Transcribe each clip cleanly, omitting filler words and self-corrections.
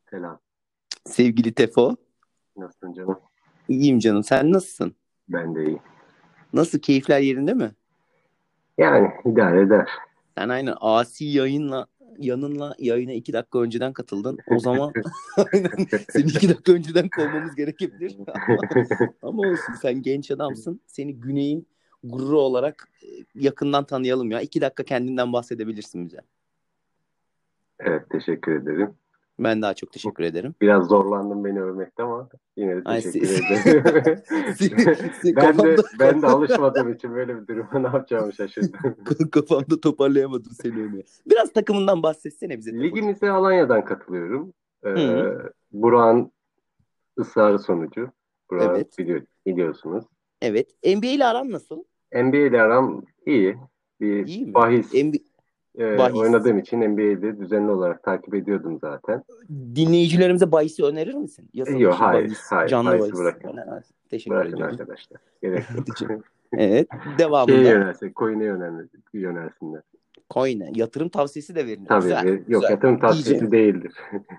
Selam. Sevgili Tefo. Nasılsın canım? İyiyim canım. Sen nasılsın? Ben de iyi. Nasıl? Keyifler yerinde mi? Yani idare eder. Sen aynen asi yanınla yayına 2 dakika önceden katıldın. O zaman aynen seni 2 dakika önceden kovmamız gerekebilir. Ama olsun, sen genç adamsın. Seni Güney'in gururu olarak yakından tanıyalım ya. 2 dakika kendinden bahsedebilirsin bize. Evet, teşekkür ederim. Ben daha çok teşekkür ederim. Biraz zorlandım beni övmekte ama yine de Ay, teşekkür ederim. Ben de kafamda ben de alışmadığım için böyle bir duruma ne yapacağımı şaşırdım. kafamda toparlayamadım seni övmeye. Biraz takımından bahsetsene bize Tefo'cum. Ligimize Alanya'dan katılıyorum. Hı, Burak'ın ısrarı sonucu. Burak'ı evet. biliyorsunuz. Evet. NBA ile aran nasıl? NBA ile aram iyi. Bir İyi mi? bahis Bahis. oynadığım için NBA'de düzenli olarak takip ediyordum zaten. Dinleyicilerimize bahisi önerir misin? Yasa Yok, dışı hayır, bahis, hayır. canlı Bahisi bahis. bırakın. Teşekkür Bırakın ediyorum. arkadaşlar. Gerek yok. Evet. Şeye Devamında yönelsin, coin'e yönelsinler. coin'e yatırım tavsiyesi de verilir. Tabii, Güzel. yok, Güzel. yatırım İyice. tavsiyesi değildir.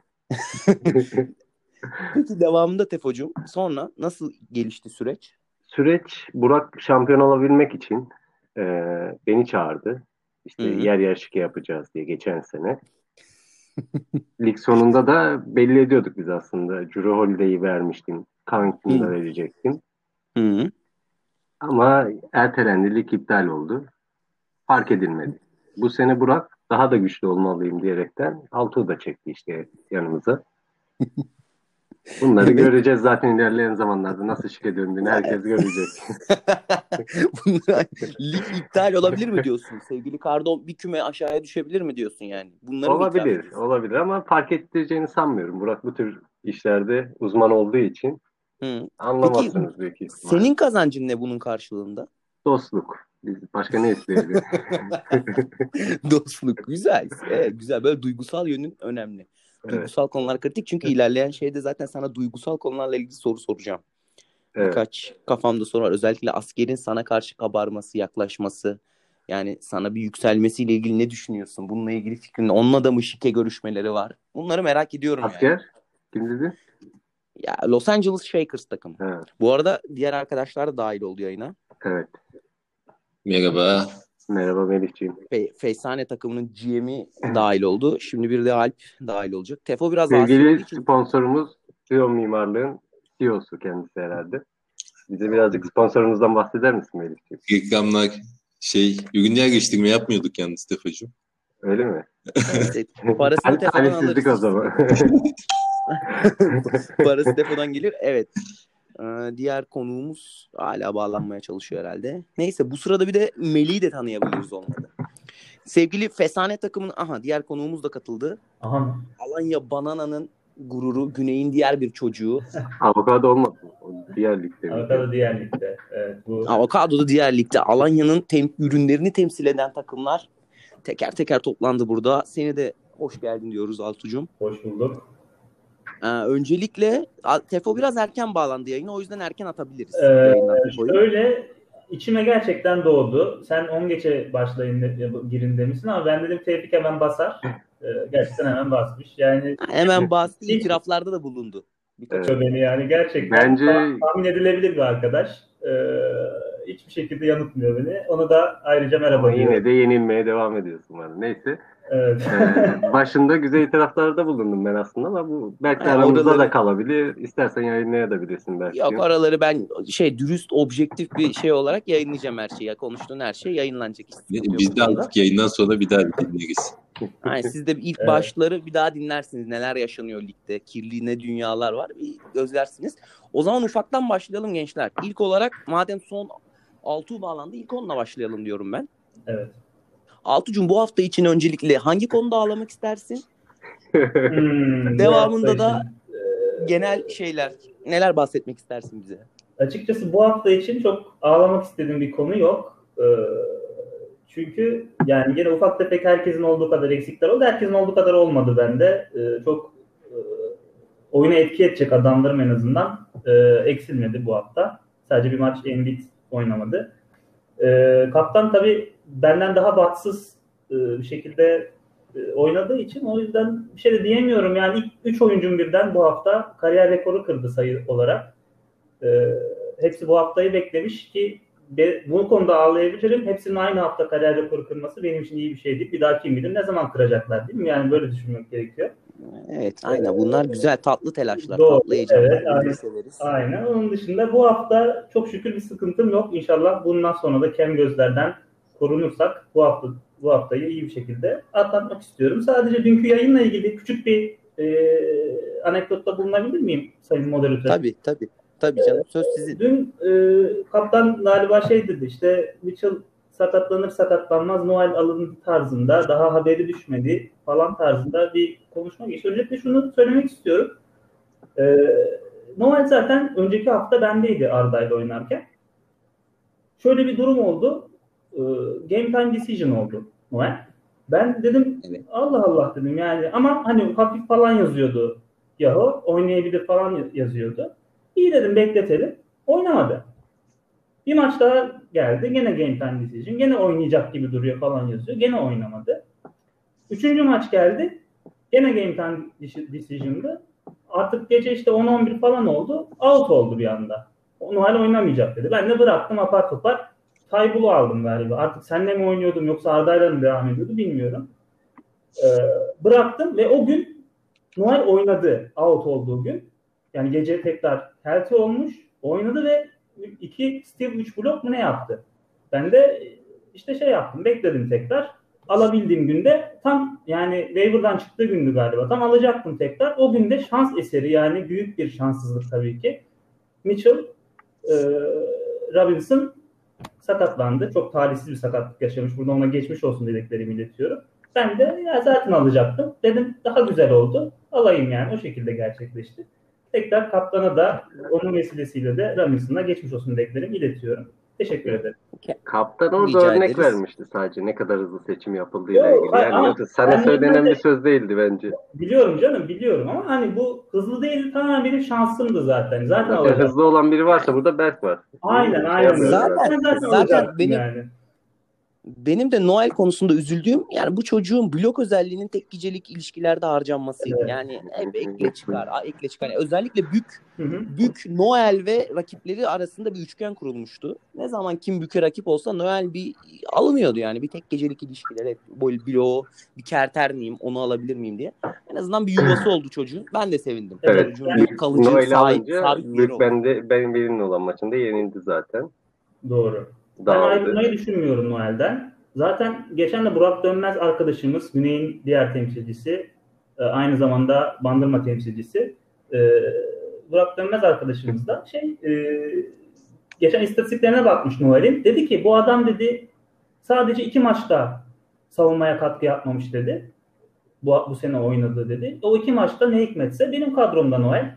Peki devamında Tefo'cum, sonra nasıl gelişti süreç? Süreç, Burak şampiyon olabilmek için e, beni çağırdı. İşte Hı. yer yer şike yapacağız diye geçen sene. Lig sonunda da belli ediyorduk biz aslında. Jrue Holiday'i vermiştim. Covington'u da Hı. verecektim. Hı. Ama ertelendi, lig iptal oldu. Fark edilmedi. Bu sene Burak daha da güçlü olmalıyım diyerekten Altuğ da çekti işte yanımıza. Bunları Evet. göreceğiz zaten ilerleyen zamanlarda. Nasıl şike döndüğünü herkes görecek. Bunlar, lig iptal olabilir mi diyorsun? Sevgili Kardo bir küme aşağıya düşebilir mi diyorsun yani? Bunları mı itiraf Olabilir, ediyorsun? olabilir ama fark ettireceğini sanmıyorum. Burak bu tür işlerde uzman olduğu için Hı. Peki anlamazsınız büyük ihtimalle. senin kazancın ne bunun karşılığında? Dostluk. Biz başka ne isteyelim? Dostluk. Güzel. Güzel. Böyle duygusal yönün önemli. Evet, Duygusal konular kritik. Çünkü ilerleyen şeyde zaten sana duygusal konularla ilgili soru soracağım. evet. Birkaç kafamda soru var. Özellikle askerin sana karşı kabarması, yaklaşması. Yani sana bir yükselmesiyle ilgili ne düşünüyorsun? Bununla ilgili fikrin ne? Onunla da mı şike görüşmeleri var? Bunları merak ediyorum yani. Asker? Kim dedi? Ya Los Angeles Lakers takımı. Ha, Bu arada diğer arkadaşlar da dahil oldu yayına. evet. Merhaba. Merhaba Melihciğim. Fesane takımının GM'i dahil oldu. Şimdi bir de Alp dahil olacak. Tefo biraz asi olduğu Sevgili için sponsorumuz CEO Mimarlığın CEO'su kendisi herhalde. Bize birazcık sponsorumuzdan bahseder misin Melihciğim? Reklamlar ürünler geliştirme yapmıyorduk yalnız Tefacığım. Öyle mi? neyse parasını Tefo'dan alırız. Talihsizlik o Hiç zaman. sıkıntı yok. Parası Tefo'dan gelir. Evet. Diğer konuğumuz hala bağlanmaya çalışıyor herhalde. Neyse bu sırada bir de Melih'i de tanıyabiliriz olmadı. Sevgili Fesane takımının diğer konuğumuz da katıldı. Aha. Alanya Banana'nın gururu, Güney'in diğer bir çocuğu. Avokado olmadı mı? O diğer ligde mi? Avokado diğer ligde. Evet, bu Avokado'da diğer ligde. Alanya'nın ürünlerini temsil eden takımlar teker teker toplandı burada. Seni de hoş geldin diyoruz Altucuğum. hoş bulduk. Öncelikle Tefo biraz erken bağlandı yayına. O yüzden erken atabiliriz yayından Tefo'yu. Şöyle içime gerçekten doğdu. Sen 10 geçe başlayın girin demişsin ama ben dedim Tevfik hemen basar. Gerçekten hemen basmış. Yani Hemen bastı, itiraflarda da bulundu. Evet. beni yani gerçekten Bence tahmin edilebilir bir arkadaş. Hiçbir şekilde yanıltmıyor beni. Onu da ayrıca merhaba ama diyorum. yine de yenilmeye devam ediyorsun bana. Neyse. Evet. Başında güzel itiraflarda bulundum ben aslında ama bu belki aramızda oraları da kalabilir. İstersen yayınlayabilirsin belki. Yok, oraları ben dürüst, objektif bir şey olarak yayınlayacağım her şeyi. Konuştuğun her şey yayınlanacak. Biz de artık yayından sonra bir daha dinleriz. Yani siz de ilk Evet. başları bir daha dinlersiniz. Neler yaşanıyor ligde, kirli ne dünyalar var, bir gözlersiniz. O zaman ufaktan başlayalım gençler. İlk olarak madem son Altuğ bağlandı, ilk onunla başlayalım diyorum ben. Evet. Altuğ'cum bu hafta için öncelikle hangi konuda ağlamak istersin? Bu Devamında hafta da için, genel şeyler, neler bahsetmek istersin bize? açıkçası bu hafta için çok ağlamak istediğim bir konu yok. Çünkü yani yine ufak tefek herkesin olduğu kadar eksikler oldu. Herkesin olduğu kadar olmadı bende. Çok oyuna etki edecek adamlarım en azından eksilmedi bu hafta. Sadece bir maç Embiid oynamadı. Kaptan tabii benden daha bahtsız bir şekilde oynadığı için o yüzden bir şey de diyemiyorum. Yani ilk 3 oyuncum birden bu hafta kariyer rekoru kırdı sayı olarak. Hepsi bu haftayı beklemiş ki bu konuda ağlayabilirim. Hepsinin aynı hafta kariyer rekoru kırması benim için iyi bir şey değil. Bir daha kim bilir ne zaman kıracaklar, değil mi? Yani böyle düşünmek gerekiyor. Evet, aynen. Bunlar güzel, tatlı telaşlar, Doğru, tatlı heyecanlar. evet, aynen. Severiz. Aynen. Onun dışında bu hafta çok şükür bir sıkıntım yok. İnşallah bundan sonra da kem gözlerden korunursak bu haftayı iyi bir şekilde atlatmak istiyorum. Sadece dünkü yayınla ilgili küçük bir anekdotta bulunabilir miyim Sayın Moderatör? Tabii canım. Söz sizin. Dün kaptan galiba şey dedi, işte Mitchell sakatlanır sakatlanmaz Noel alındı tarzında, daha haberi düşmedi falan tarzında bir konuşma geçti. Öncelikle şunu söylemek istiyorum. Noel zaten önceki hafta bendeydi Arda'yla oynarken. Şöyle bir durum oldu. Game time decision oldu Noel. Ben dedim evet. Allah Allah dedim yani, ama hani hafif falan yazıyordu Yahoo, oynayabilir falan yazıyordu. İyi dedim, bekletelim. Oynamadı. Bir maç daha geldi. Gene game time decision. Gene oynayacak gibi duruyor falan yazıyor. Gene oynamadı. 3. maç geldi. Gene game time decision'dı. Artık gece işte 10-11 falan oldu. Out oldu bir anda. Noel oynamayacak dedi. Ben de bıraktım apar topar. Taybul'u aldım galiba. Artık seninle mi oynuyordum yoksa Arda'yla mı devam ediyordu bilmiyorum. Bıraktım ve o gün Noel oynadı. Out olduğu gün. Yani gece tekrar healthy olmuş. Oynadı ve 2 steal 3 blok mu ne yaptı? Ben de işte şey yaptım. Bekledim tekrar. Alabildiğim günde tam yani waiver'dan çıktığı gündü galiba. Tam alacaktım tekrar. O günde şans eseri, yani büyük bir şanssızlık tabii ki. Mitchell Robinson sakatlandı. Çok talihsiz bir sakatlık yaşamış. Burada ona geçmiş olsun dileklerimi iletiyorum. Ben de ya zaten alacaktım. Dedim daha güzel oldu. Alayım yani. O şekilde gerçekleşti. Tekrar kaptana da onun vesilesiyle de Robinson'a geçmiş olsun dileklerimi iletiyorum. Teşekkür ederim. Kaptan orada örnek vermişti sadece ne kadar hızlı seçim yapıldığıyla ilgili. Yani sana söylenen bir söz değildi bence. Biliyorum canım, biliyorum ama hani bu hızlı değildi, tamamen benim şansımdı zaten. Zaten hızlı olan biri varsa burada Berk var. Aynen. Zaten benim de Noel konusunda üzüldüğüm, yani bu çocuğun blok özelliğinin tek gecelik ilişkilerde harcanmasıydı. Evet. Yani hep ekle çıkar. Yani özellikle Bük, Noel ve rakipleri arasında bir üçgen kurulmuştu. Ne zaman kim Bük'e rakip olsa Noel bir alınıyordu yani. Bir tek gecelik ilişkiler, hep böyle bloğu, bir kerter miyim, onu alabilir miyim diye. En azından bir yuvası oldu çocuğun. Ben de sevindim. Evet. Kalıcı, Noel'i alınca Bük benim benimle olan maçında yenildi zaten. Doğru. Ben ayrılmayı düşünmüyorum Noel'den. Zaten geçen de Burak Dönmez arkadaşımız, Güney'in diğer temsilcisi, aynı zamanda Bandırma temsilcisi, Burak Dönmez arkadaşımız da geçen istatistiklerine bakmış Noel'in. Dedi ki bu adam dedi sadece 2 maçta savunmaya katkı yapmamış dedi. Bu sene oynadı dedi. O 2 maçta ne hikmetse benim kadromda Noel.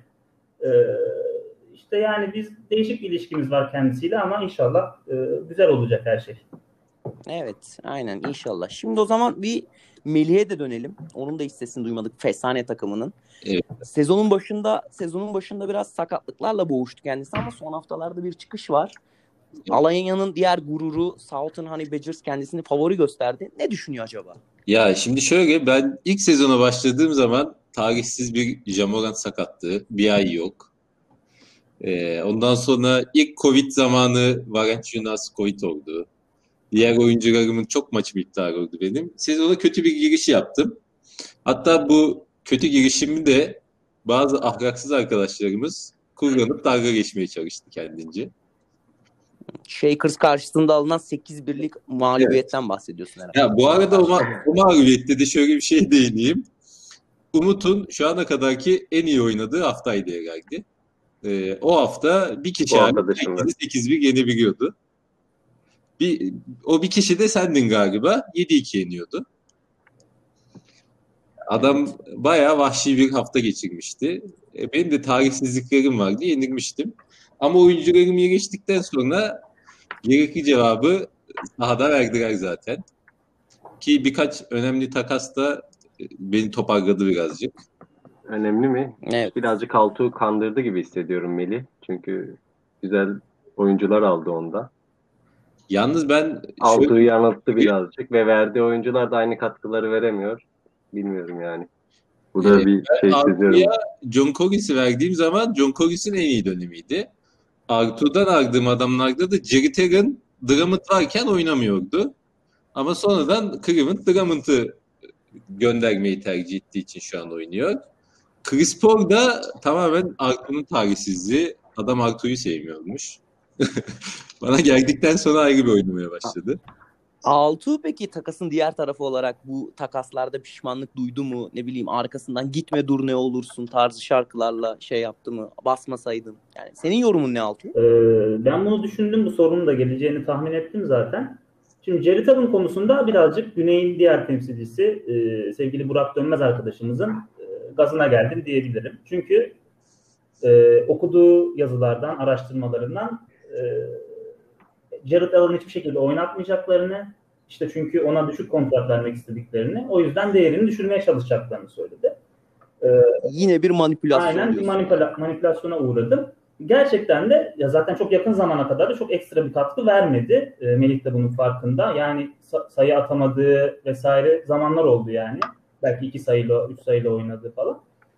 İşte yani biz değişik bir ilişkimiz var kendisiyle ama inşallah güzel olacak her şey. Evet, aynen inşallah. Şimdi o zaman bir Melih'e de dönelim. Onun da hiç sesini duymadık, Fesane takımının. Evet. Sezonun başında biraz sakatlıklarla boğuştu kendisi ama son haftalarda bir çıkış var. Evet. Alanya'nın diğer gururu Southern Honey Badgers kendisini favori gösterdi. Ne düşünüyor acaba? Ya şimdi şöyle, ben ilk sezona başladığım zaman tarihsiz bir Ja Morant sakatlığı. Bir ay yok. Ondan sonra ilk Covid zamanı Valanciunas Covid oldu. Diğer oyuncularımın çok maç miktarı oldu benim. Sezona kötü bir giriş yaptım. Hatta bu kötü girişimi de bazı ahlaksız arkadaşlarımız kullanıp dalga geçmeye çalıştı kendince. Shakers karşısında alınan 8-1'lik mağlubiyetten bahsediyorsun herhalde. Ya bu arada o mağlubiyette de şöyle bir şey değineyim. Umut'un şu ana kadarki en iyi oynadığı haftaydı herhalde. O hafta bir kişi 8-1 yenebiliyordu. O bir kişi de sendin galiba. 7-2 yeniyordu. Adam bayağı vahşi bir hafta geçirmişti. Benim de tarihsizliklerim vardı. Yenilmiştim. Ama oyuncularım geçtikten sonra gerekli cevabı sahada verdiler zaten. Ki birkaç önemli takas da beni toparladı birazcık. Önemli mi? Evet. Birazcık Altuğ'u kandırdı gibi hissediyorum Melih. Çünkü güzel oyuncular aldı onda. Yalnız ben... Altuğ'u yanılttı birazcık ve verdiği oyuncular da aynı katkıları veremiyor. bilmiyorum yani. Bu da bir Ben şey Artu'ya seziyorum. John Collins'i verdiğim zaman John Collins'in en iyi dönemiydi. Artu'dan aldığım adamlarda da Jerry Terran Drummond varken oynamıyordu. Ama sonradan Cleveland Drummond'ı göndermeyi tercih ettiği için şu an oynuyor. Chris Paul da tamamen Artu'nun talihsizliği. Adam Artu'yu sevmiyormuş. Bana geldikten sonra ayrı bir oynamaya başladı. Altuğ peki takasın diğer tarafı olarak bu takaslarda pişmanlık duydu mu? Ne bileyim arkasından gitme dur ne olursun tarzı şarkılarla şey yaptı mı? Basmasaydın. Yani senin yorumun ne Altuğ? Ben bunu düşündüm. Bu sorunun da geleceğini tahmin ettim zaten. Şimdi Jerry Tubin konusunda birazcık Güney'in diğer temsilcisi sevgili Burak Dönmez arkadaşımızın gazına geldim diyebilirim. Çünkü okuduğu yazılardan, araştırmalarından Jared Allen'ı hiçbir şekilde oynatmayacaklarını, işte çünkü ona düşük kontrat vermek istediklerini, o yüzden değerini düşürmeye çalışacaklarını söyledi. Yine bir manipülasyon Aynen bir manipülasyona uğradım. Gerçekten de ya zaten çok yakın zamana kadar da çok ekstra bir katkı vermedi. Melih de bunun farkında. Yani sayı atamadığı vesaire zamanlar oldu yani. Belki 2 sayıyla, 3 sayıyla oynadığı falan.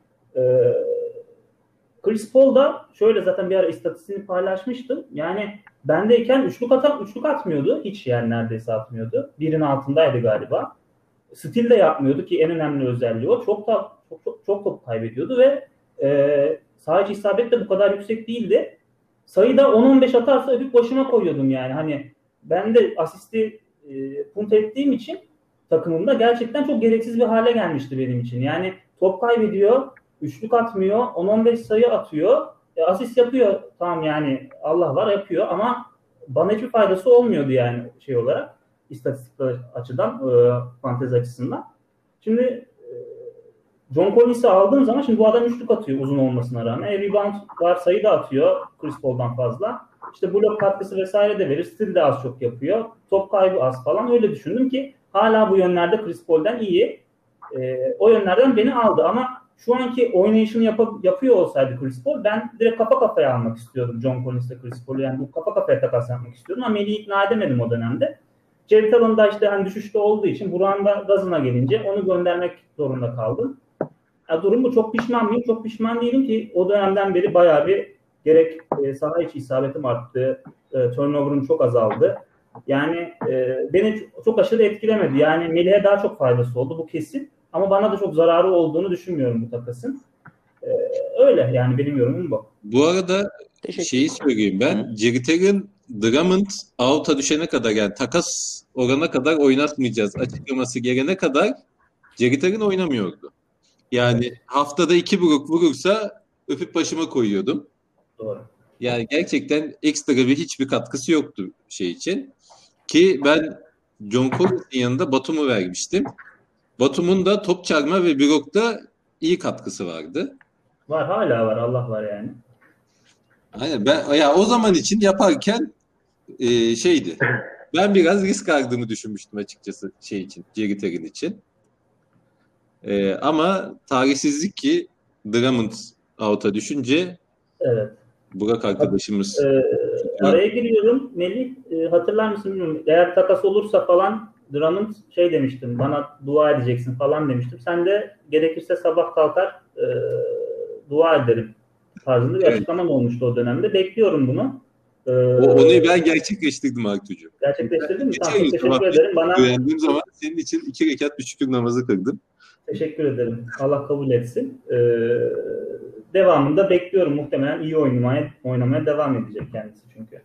Chris Paul da şöyle zaten bir ara istatistiğini paylaşmıştım. Yani bendeyken üçlük atmıyordu. Hiç yani neredeyse atmıyordu. Birin altındaydı galiba. Stil de yapmıyordu ki en önemli özelliği o. Çok top kaybediyordu ve saha içi isabet de bu kadar yüksek değildi. Sayıda 10-15 atarsa öpüp başına koyuyordum yani. Hani ben de asisti punt ettiğim için takımımda gerçekten çok gereksiz bir hale gelmişti benim için. Yani top kaybediyor, üçlük atmıyor, 10-15 sayı atıyor, asist yapıyor. Tamam yani Allah var yapıyor ama bana hiçbir faydası olmuyordu yani şey olarak, istatistik açıdan, fantezi açısından. Şimdi John Collins'i aldığım zaman şimdi bu adam üçlük atıyor uzun olmasına rağmen. Rebound var, sayı da atıyor Chris Paul'dan fazla. İşte blok katkısı vesaire de verir. Stil de az çok yapıyor. Top kaybı az falan. Öyle düşündüm ki hala bu yönlerde Chris Paul'den iyi. O yönlerden beni aldı ama şu anki oynayışını yapıyor olsaydı Chris Paul, ben direkt kafa kafaya almak istiyordum John Collins'le Chris Paul'u. Yani bu kafa kafaya takas yapmak istiyordum ama Melih'i ikna edemedim o dönemde. Jared Allen da işte hani düşüşte olduğu için Burak'ın da gazına gelince onu göndermek zorunda kaldım. Durum bu. Çok pişman mıyım? Çok pişman değilim ki o dönemden beri bayağı bir gerek saha içi isabetim arttı. Turnover'ım çok azaldı. Yani beni çok aşırı etkilemedi. Yani Melih'e daha çok faydası oldu. Bu kesin. Ama bana da çok zararı olduğunu düşünmüyorum bu takasın. Öyle yani benim yorumum bu. Bu arada şeyi söyleyeyim ben. Jerry Terran Drummond out'a düşene kadar yani takas orana kadar oynatmayacağız açıklaması gelene kadar Jerry Terran oynamıyordu. Yani haftada 2 blok vurursa öpüp başıma koyuyordum. Doğru. Yani gerçekten ekstra hiçbir katkısı yoktu şey için. Ki ben John Collins'in yanında Batum'u vermiştim. Batum'un da top çarpma ve blokta iyi katkısı vardı. Var, hala var. Allah var yani. Aynen. Ben ya o zaman için yaparken şeydi. Ben biraz risk aldığımı düşünmüştüm açıkçası şey için, Jerry Terran için. Ama talihsizlik ki Drummond out'a düşünce evet. Burak arkadaşımız araya giriyorum. Melih, hatırlar mısın bilmiyorum. Eğer takas olursa falan Drummond şey demiştim. Bana dua edeceksin falan demiştim. Sen de gerekirse sabah kalkar dua ederim tarzında bir açıklamam olmuştu o dönemde. Bekliyorum bunu. Onu ben gerçekleştirdim Artucuğum. Gerçekleştirdin mi? Tamam, teşekkür ederim. Bana öğrendiğim zaman senin için 2 rekat bir şükür namazı kıldım. Teşekkür ederim. Allah kabul etsin. Devamında bekliyorum. Muhtemelen iyi oynamaya devam edecek kendisi çünkü.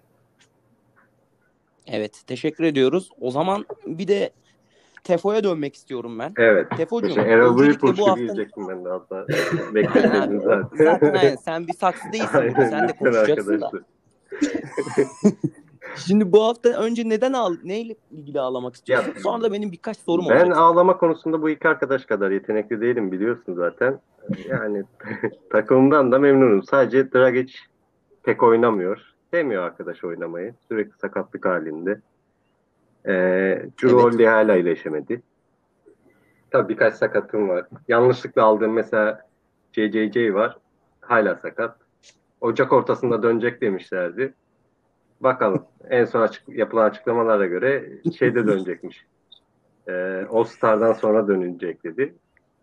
Evet, teşekkür ediyoruz. O zaman bir de Tefo'ya dönmek istiyorum ben. Evet. Tefo'cum, Erol öncelikle bu hafta... diyecektim ben de hatta. Beklemedim zaten. Zaten aynen. Sen bir saksı değilsin. Aynen, Sen de lütfen konuşacaksın arkadaşlar. da. Şimdi bu hafta önce neyle ilgili ağlamak istiyorsun? Sonra da benim birkaç sorum olacak. Ben ağlama konusunda bu iki arkadaş kadar yetenekli değilim, biliyorsun zaten. Yani takımımdan da memnunum. Sadece Dragic pek oynamıyor. Sevmiyor arkadaş oynamayı. Sürekli sakatlık halinde. Drew Holiday hala iyileşemedi. Tabii birkaç sakatım var. Yanlışlıkla aldığım mesela JJJ var. Hala sakat. Ocak ortasında dönecek demişlerdi. Bakalım. En son yapılan açıklamalara göre şeyde dönecekmiş. All-Star'dan sonra dönecek dedi.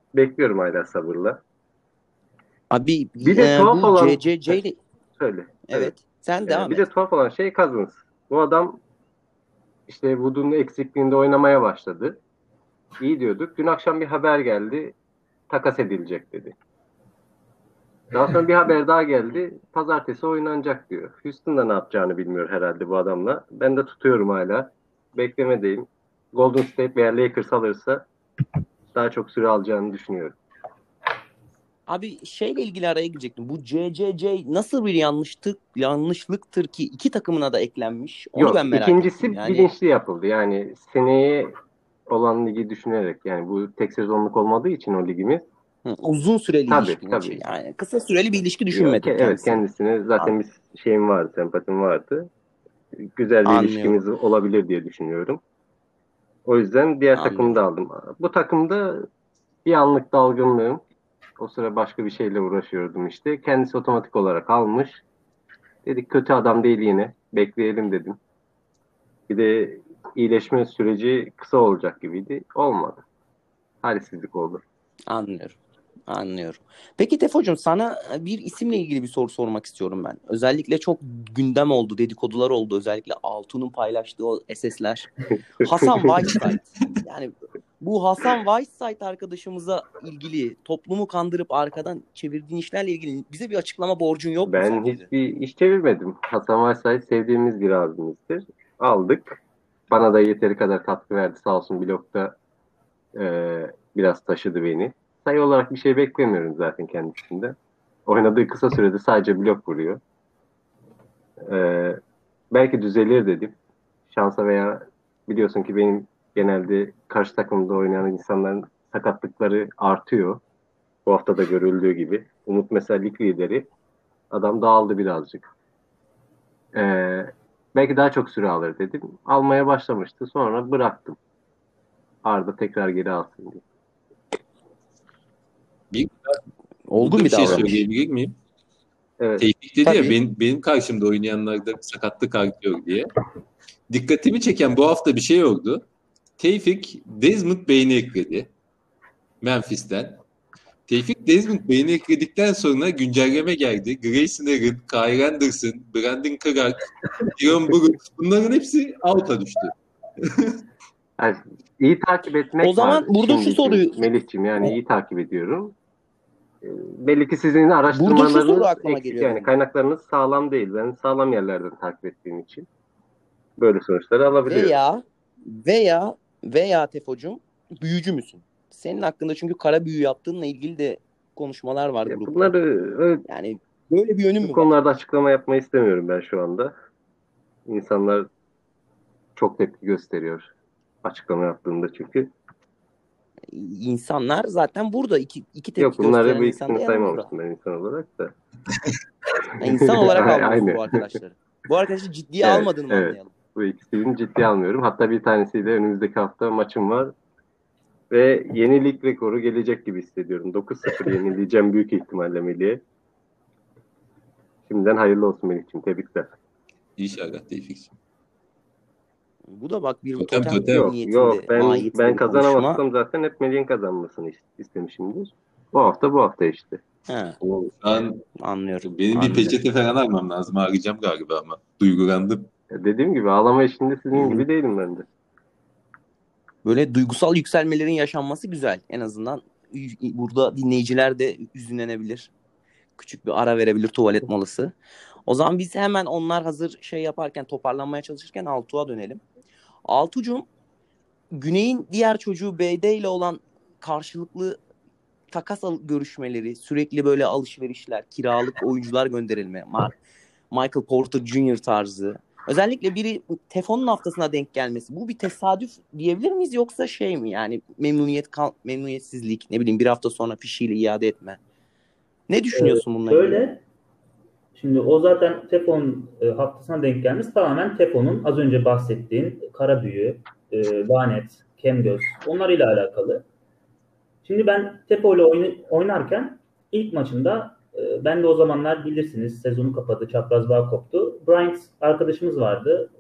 Bekliyorum hala sabırla. Abi Bir de tuhaf bu olan CCC ile söyle. evet sen devam Bir et. de tuhaf olan şey Cousins. Bu adam işte Wood'un eksikliğinde oynamaya başladı. İyi diyorduk. Dün akşam bir haber geldi. Takas edilecek dedi. Daha sonra bir haber daha geldi. Pazartesi oynanacak diyor. Houston da ne yapacağını bilmiyor herhalde bu adamla. Ben de tutuyorum hala. Beklemedeyim. Golden State veya Lakers alırsa daha çok süre alacağını düşünüyorum. Abi şeyle ilgili araya girecektim. Bu CCC nasıl bir yanlışlıktır ki iki takımına da eklenmiş? Onu Yok, ben merak ikincisi ettim. Yani bilinçli yapıldı. Yani seneye olan ligi düşünerek, yani bu tek sezonluk olmadığı için o ligimiz. uzun süreli Tabii, ilişkin tabii. için. Yani kısa süreli bir ilişki Yok, düşünmedi evet, kendisine. kendisine zaten bir şeyim vardı, sempatim vardı. Güzel bir Anlıyorum. ilişkimiz olabilir diye düşünüyorum. O yüzden diğer takımı da Anlıyorum. aldım. Bu takımda bir anlık dalgınlığım. O sıra başka bir şeyle uğraşıyordum işte. Kendisi otomatik olarak almış. Dedik kötü adam değil yine. Bekleyelim dedim. Bir de iyileşme süreci kısa olacak gibiydi. Olmadı. Halsizlik oldu. Anlıyorum. Anlıyorum. Peki Tefocuğum sana bir isimle ilgili bir soru sormak istiyorum ben. Özellikle çok gündem oldu, dedikodular oldu. Özellikle Altun'un paylaştığı o SS'ler. Hasan Whiteside. Yani bu Hasan Whiteside arkadaşımıza ilgili toplumu kandırıp arkadan çevirdiğin işlerle ilgili bize bir açıklama borcun yok mu Ben sence de? hiçbir iş çevirmedim. Hasan Varsay sevdiğimiz bir abimizdir. Aldık. Bana da yeteri kadar katkı verdi. Sağ olsun blogda biraz taşıdı beni. Sayı olarak bir şey beklemiyorum zaten kendisinden. Oynadığı kısa sürede sadece blok vuruyor. Belki düzelir dedim. Şansa veya biliyorsun ki benim genelde karşı takımda oynayan insanların sakatlıkları artıyor. Bu hafta da görüldüğü gibi. Umut mesela lig lideri. Adam dağıldı birazcık. Belki daha çok süre alır dedim. Almaya başlamıştı. Sonra bıraktım. Arda tekrar geri alsın diye. Olgun Burada bir bir şey davranış. söyleyebilir miyim? Evet. Tevfik dedi Tabii. ya benim karşımda oynayanlarda sakatlık artıyor diye. Dikkatimi çeken bu hafta bir şey oldu. Tevfik Desmond Bane'i ekledi. Memphis'ten. Tevfik Desmond Bane'i ekledikten sonra güncelleme geldi. Grayson Allen, Kyle Anderson, Brandon Clark, Jerome Brooks bunların hepsi out'a düştü. Yani iyi takip etmek O zaman var. burada şu Şimdi soruyu Melih'ciğim yani iyi takip ediyorum. Belli ki sizin araştırmalarınız burada şu soru aklıma eksik, geliyor yani benim. kaynaklarınız sağlam değil. Ben sağlam yerlerden takip ettiğim için böyle sonuçları alabiliyorum. Veya Tefocuğum büyücü müsün? Senin hakkında çünkü kara büyü yaptığınla ilgili de konuşmalar var grupta. Bunları Yani böyle bir yönün bu mü var? konularda açıklama yapmayı istemiyorum ben şu anda. İnsanlar çok tepki gösteriyor açıklama yaptığımda çünkü. İnsanlar zaten burada iki tepki Yok, bunları gösteren bu insan da ikisini yanımızda. saymamıştım ben insan olarak da. Yani insan olarak almıyorsun Aynı. bu arkadaşları. Bu arkadaşı ciddiye Evet, almadığını mı evet. anlayalım? Bu ikisini ciddiye almıyorum. Hatta bir tanesiyle önümüzdeki hafta maçım var. Ve yeni lig rekoru gelecek gibi hissediyorum. 9-0 yenileceğim büyük ihtimalle Melih'e. Şimdiden hayırlı olsun Melih'ciğim. Tebrikler. İnşallah Tevfik'ciğim. Bu da bak bir Totem. Yok, niyetinde, ben mahiyetinde bir konuşma. kazanamazsam zaten hep Melih'in kazanmasını istemişimdir. Bu hafta işte. He, Şu an anlıyorum. benim bir Anlıyorum. peçete falan almam lazım. Arayacağım galiba ama. Duygulandım. Dediğim gibi ağlama işinde sizin gibi değilim ben de. Böyle duygusal yükselmelerin yaşanması güzel. En azından burada dinleyiciler de üzünlenebilir. Küçük bir ara verebilir, tuvalet molası. O zaman biz hemen onlar hazır şey yaparken, toparlanmaya çalışırken Altuğ'a dönelim. Altuğ'cum, Güney'in diğer çocuğu BD ile olan karşılıklı takas görüşmeleri, sürekli böyle alışverişler, kiralık oyuncular gönderilme, Michael Porter Jr. tarzı. Özellikle biri Tefon'un haftasına denk gelmesi. Bu bir tesadüf diyebilir miyiz yoksa şey mi? Yani memnuniyetsizlik, ne bileyim bir hafta sonra fişiyle iade etme. Ne düşünüyorsun bununla ilgili? Şöyle, şimdi o zaten Tefon'un haftasına denk gelmiş. Tamamen Tefon'un az önce bahsettiğin kara büyü, lanet, kemgöz onlarıyla alakalı. Şimdi ben Tepo ile oynarken ilk maçında ben de o zamanlar bilirsiniz sezonu kapadı, çapraz bağ koptu. Bryant arkadaşımız vardı,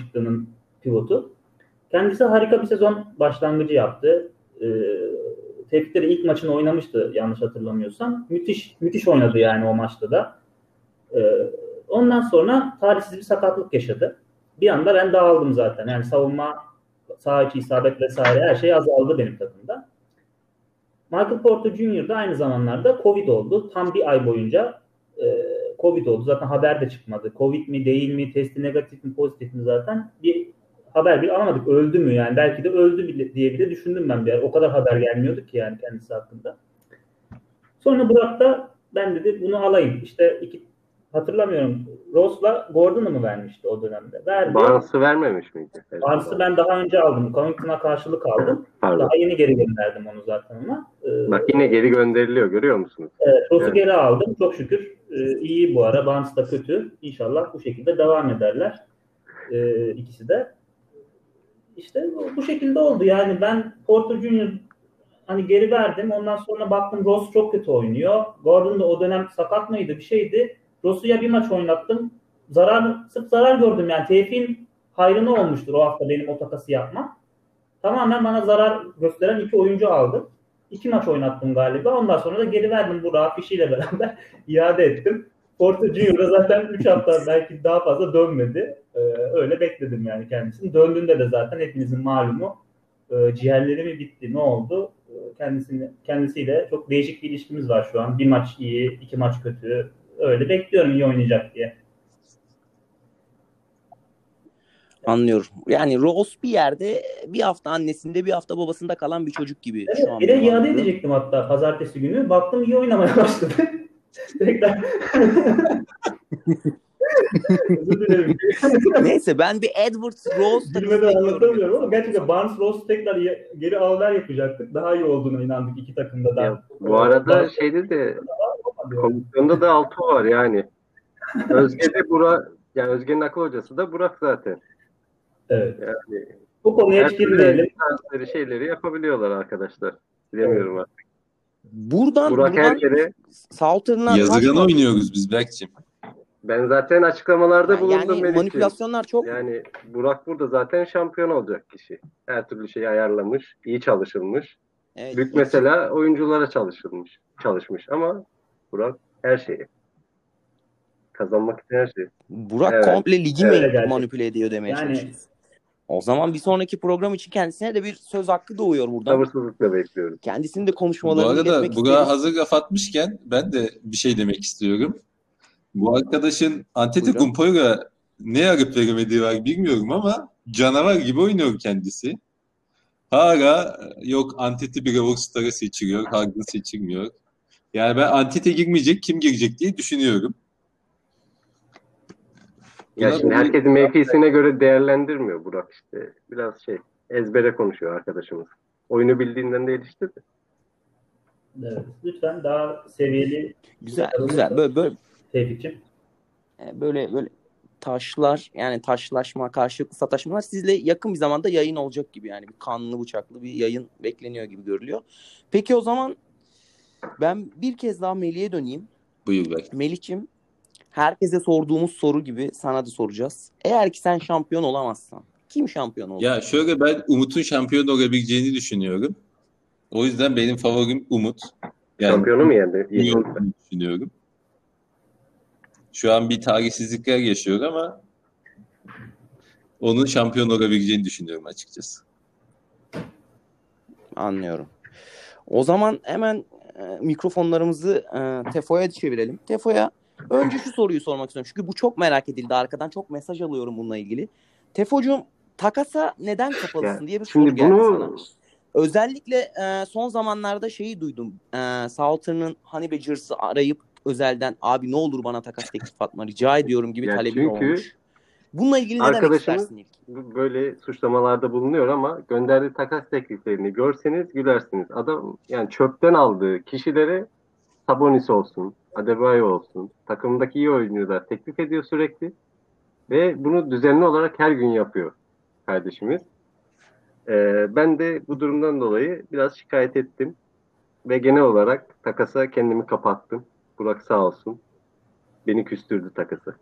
Washington'ın pivotu. Kendisi harika bir sezon başlangıcı yaptı. Tevfik'te de ilk maçını oynamıştı yanlış hatırlamıyorsam. Müthiş oynadı yani o maçta da. Ondan sonra talihsiz bir sakatlık yaşadı. Bir anda ben dağıldım zaten. Yani savunma, sağ içi isabet vesaire her şey azaldı benim takımda. Michael Porter Jr. da aynı zamanlarda Covid oldu. Tam bir ay boyunca Covid oldu. Zaten haber de çıkmadı. Covid mi değil mi, testi negatif mi pozitif mi zaten bir haber bile alamadık. Öldü mü yani? Belki de öldü bile diye bile düşündüm ben bir yer. O kadar haber gelmiyordu ki yani kendisi hakkında. Sonra Burak da ben dedi bunu alayım. İşte hatırlamıyorum. Ross'la Gordon'u mu vermişti o dönemde? Verdi. Barnes'ı vermemiş miydi? Barnes'ı ben daha önce aldım. Covington'a karşılık aldım. Pardon. Daha yeni geri gönderdim onu zaten ona. Bak yine geri gönderiliyor, görüyor musunuz? Evet, Ross'u Evet. geri aldım. Çok şükür iyi bu ara. Barnes da kötü. İnşallah bu şekilde devam ederler. İkisi de. İşte bu şekilde oldu. Yani ben Porter Jr. hani geri verdim. Ondan sonra baktım Ross çok kötü oynuyor. Gordon da o dönem sakat mıydı? Bir şeydi. Ross'u ya bir maç oynattım. Sırf zarar gördüm. Yani Tevfik'in hayrına olmuştur o hafta benim o takası yapmam. Tamamen bana zarar gösteren 2 oyuncu aldım. 2 maç oynattım galiba. Ondan sonra da geri verdim bu Rafi işiyle beraber. iade ettim. Porter Junior'a zaten 3 hafta belki daha fazla dönmedi. Öyle bekledim yani kendisini. Döndüğünde de zaten hepinizin malumu ciğerleri mi bitti, ne oldu? Kendisiyle çok değişik bir ilişkimiz var şu an. Bir maç iyi, 2 maç kötü. Öyle bekliyorum iyi oynayacak diye. Anlıyorum. Yani Rose bir yerde bir hafta annesinde bir hafta babasında kalan bir çocuk gibi Evet, şu an. bir de benim iade anladığım. edecektim hatta pazartesi günü. Baktım iyi oynamaya başladı. Tekrar. Özür dilerim. Neyse ben bir Edwards Rose takısı Bilmeden bekliyorum. anlatamıyorum ama gerçekten Barnes Rose tekrar geri alver yapacaktık. Daha iyi olduğuna inandık iki takımda da. Ya, bu arada şeyde de komisyonda da Altuğ var yani. Özge'de Burak, yani Özge'nin akıl hocası da Burak zaten. Evet. Yani Bu konuya her hiç türlü girmeyelim. şeyleri yapabiliyorlar arkadaşlar. Bilemiyorum artık. Buradan Burak her yere Southern'a Yazıgan oynuyoruz biz Berk'cim. ben zaten açıklamalarda bulundum yani Melih'ciğim. manipülasyonlar çok. Yani Burak burada zaten şampiyon olacak kişi. Her türlü şeyi ayarlamış, iyi çalışılmış. Evet, Büyük mesela oyunculara çalışmış ama Burak her şeyi. Kazanmak için her şeyi. Burak Evet. komple ligi Evet. mi manipüle ediyor demeye Yani- çalışıyoruz. O zaman bir sonraki program için kendisine de bir söz hakkı doğuyor buradan. Sabırsızlıkla bekliyoruz. Kendisinin de Bu konuşmalarını arada iletmek Burak'a isteriz. hazır laf atmışken ben de bir şey demek istiyorum. Bu arkadaşın Antetokounmpo'ya ne arıp veremediği var bilmiyorum ama canavar gibi oynuyor kendisi. Hala yok Anteti Bravo Star'ı seçiliyor, Harden seçilmiyor. Yani ben Antete girmeyecek, kim girecek diye düşünüyorum. Ya Buna şimdi bir- herkesin mevkisine göre değerlendirmiyor Burak işte. Biraz ezbere konuşuyor arkadaşımız. Oyunu bildiğinden değil işte de. Evet. Lütfen daha seviyeli Güzel. Böyle Tevfik'ciğim. böyle taşlar yani taşlaşma, karşılıklı sataşmalar sizle yakın bir zamanda yayın olacak gibi yani bir kanlı bıçaklı bir yayın bekleniyor gibi görülüyor. Peki o zaman ben bir kez daha Melih'e döneyim. Buyur Berk. Melih'ciğim herkese sorduğumuz soru gibi sana da soracağız. Eğer ki sen şampiyon olamazsan kim şampiyon olur? Ya şöyle ben Umut'un şampiyon olabileceğini düşünüyorum. O yüzden benim favorim Umut. Yani Şampiyonu mu yendi? iyi olduğunu düşünüyorum. Şu an bir talihsizlikler yaşıyor ama onun şampiyon olabileceğini düşünüyorum açıkçası. Anlıyorum. O zaman hemen mikrofonlarımızı Tefo'ya çevirelim. Tefo'ya önce şu soruyu sormak istiyorum. Çünkü bu çok merak edildi. Arkadan çok mesaj alıyorum bununla ilgili. Tefo'cum takasa neden kapalısın diye bir soru Şimdi geldi bunu sana. Özellikle son zamanlarda şeyi duydum. Southern'ın Honey Badgers'ı arayıp özelden abi ne olur bana takas teklif atma rica ediyorum gibi Ya talebi çünkü olmuş. Bununla ilgili ne demek arkadaşımız istersin ilk? böyle suçlamalarda bulunuyor ama gönderdiği takas tekliflerini görseniz gülersiniz. Adam yani çöpten aldığı kişilere Sabonis olsun, Adebayo olsun, takımdaki iyi oyuncular teklif ediyor sürekli ve bunu düzenli olarak her gün yapıyor kardeşimiz. Ben de bu durumdan dolayı biraz şikayet ettim ve genel olarak takasa kendimi kapattım. Burak sağ olsun beni küstürdü takası.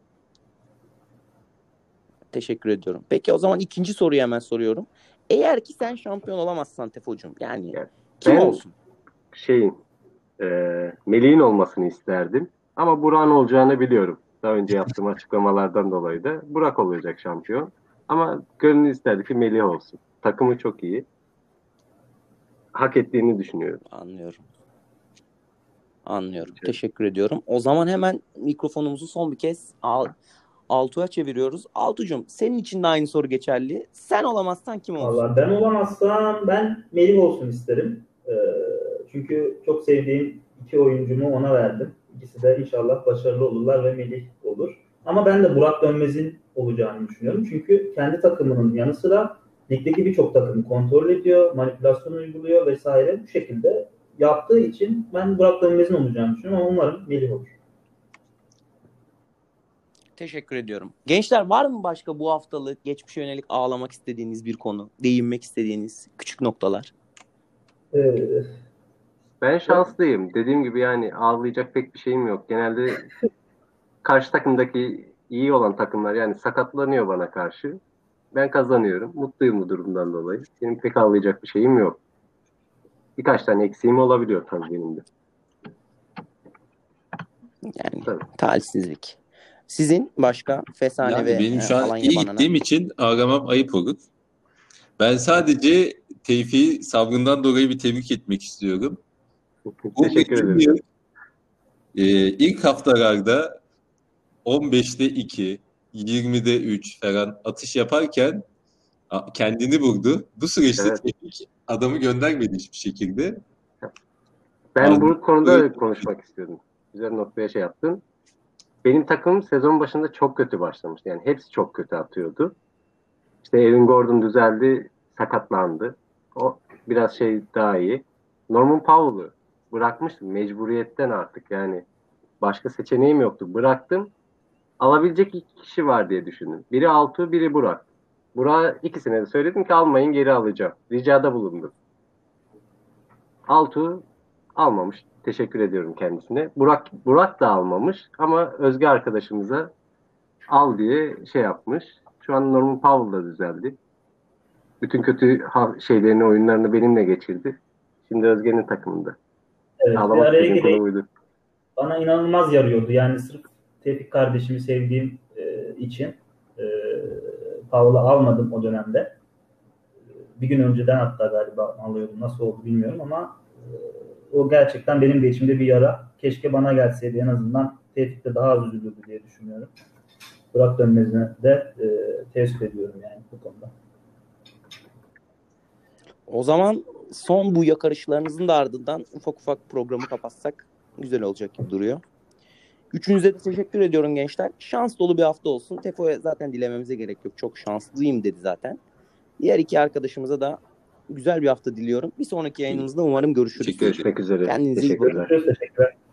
Teşekkür ediyorum. Peki o zaman ikinci soruyu hemen soruyorum. Eğer ki sen şampiyon olamazsan Tefo'cum yani Yani kim ben- olsun? Melih'in olmasını isterdim. Ama Burak'ın olacağını biliyorum. Daha önce yaptığım açıklamalardan dolayı da Burak olacak şampiyon. Ama gönül isterdi ki Melih olsun. Takımı çok iyi. Hak ettiğini düşünüyorum. Anlıyorum. Teşekkür ediyorum. O zaman hemen mikrofonumuzu son bir kez Altuğ'a çeviriyoruz. Altuğ'cum, senin için de aynı soru geçerli. Sen olamazsan kim olsun? Vallahi ben olamazsam ben Melih olsun isterim. Çünkü çok sevdiğim iki oyuncumu ona verdim. İkisi de inşallah başarılı olurlar ve Melih olur. Ama ben de Burak Dönmez'in olacağını düşünüyorum. Çünkü kendi takımının yanı sıra ligdeki birçok takımı kontrol ediyor, manipülasyon uyguluyor vesaire. Bu şekilde yaptığı için ben Burak Dönmez'in olacağını düşünüyorum ama umarım Melih olur. Teşekkür ediyorum. Gençler, var mı başka bu haftalık geçmişe yönelik ağlamak istediğiniz bir konu? Değinmek istediğiniz küçük noktalar? Ben şanslıyım. Dediğim gibi yani ağlayacak pek bir şeyim yok. Genelde karşı takımdaki iyi olan takımlar yani sakatlanıyor bana karşı. Ben kazanıyorum. Mutluyum bu durumdan dolayı. Benim pek ağlayacak bir şeyim yok. Birkaç tane eksiğim olabiliyor tabii benim de. Yani Tabii. talihsizlik. Sizin başka Fesane Yani ve benim şu an Alanya iyi Banana? gittiğim için ağlamam ayıp olur. Ben sadece Tevfik'i sabrından dolayı bir tebrik etmek istiyorum. Bu Teşekkür bütün ederim. yıl ilk haftalarda 15'te 2, 20'de 3 falan atış yaparken kendini buldu. Bu süreçte Evet. Tevfik adamı göndermedi hiçbir şekilde. Ben bu konuda konuşmak istiyordum. Güzel noktaya şey yaptın. Benim takımım sezon başında çok kötü başlamıştı. Yani hepsi çok kötü atıyordu. İşte Evan Gordon düzeldi, sakatlandı. O biraz daha iyi. Norman Powell'ı bırakmıştım mecburiyetten artık yani. Başka seçeneğim yoktu. Bıraktım. Alabilecek iki kişi var diye düşündüm. Biri Altuğ, biri Burak. Burak'a ikisine de söyledim ki almayın, geri alacağım. Ricada bulundum. Altuğ almamış. Teşekkür ediyorum kendisine. Burak da almamış ama Özge arkadaşımıza al diye şey yapmış. Şu an Norman Powell da düzeldi. Bütün kötü şeylerini, oyunlarını benimle geçirdi. Şimdi Özge'nin takımında. Evet, Ağlamak araya istediğim konu gireyim. buydu. Bana inanılmaz yarıyordu. Yani sırf Tevfik kardeşimi sevdiğim için Pavl'ı almadım o dönemde. Bir gün önceden hatta galiba alıyordum. Nasıl oldu bilmiyorum ama o gerçekten benim de içimde bir yara. Keşke bana gelseydi, en azından Tevfik de daha az üzülürdü diye düşünüyorum. Burak Dönmez'ine de teessüf ediyorum yani bu konuda. O zaman son bu yakarışlarınızın da ardından ufak ufak programı kapatsak güzel olacak gibi duruyor. Üçünüze de teşekkür ediyorum gençler. Şans dolu bir hafta olsun. Tefo'ya zaten dilememize gerek yok. Çok şanslıyım dedi zaten. Diğer iki arkadaşımıza da güzel bir hafta diliyorum. Bir sonraki yayınımızda umarım görüşürüz. Görüşmek üzere. Kendinize iyi bakın. Teşekkürler. Teşekkürler.